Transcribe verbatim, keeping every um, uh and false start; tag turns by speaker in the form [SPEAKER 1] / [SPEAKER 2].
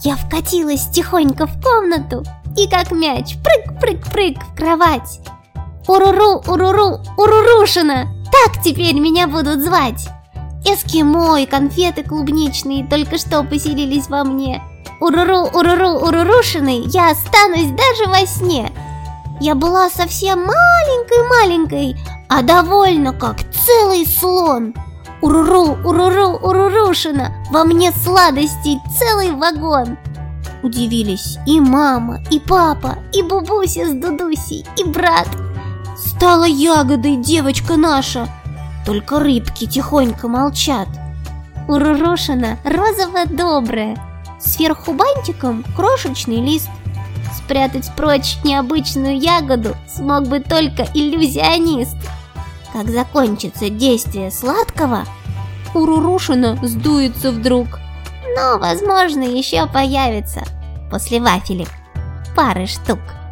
[SPEAKER 1] Я вкатилась тихонько в комнату и как мяч прыг-прыг-прыг в кровать. Уруру, уруру, урурушина, так теперь меня будут звать. Эскимо и конфеты клубничные только что поселились во мне. Уруру, уруру, урурушиной я останусь даже во сне. Я была совсем маленькой-маленькой, а довольно как целый слон. Уруру, уруру, урурушина, во мне сладостей целый вагон. Удивились и мама, и папа, и Бубуся с Дудусей, и брат. Стала ягодой девочка наша, только рыбки тихонько молчат. Урурушина розово-добрая, сверху бантиком крошечный лист. Спрятать прочь необычную ягоду смог бы только иллюзионист. Как закончится действие сладкого, урурушина сдуется вдруг. Но, возможно, еще появится после вафелек пары штук.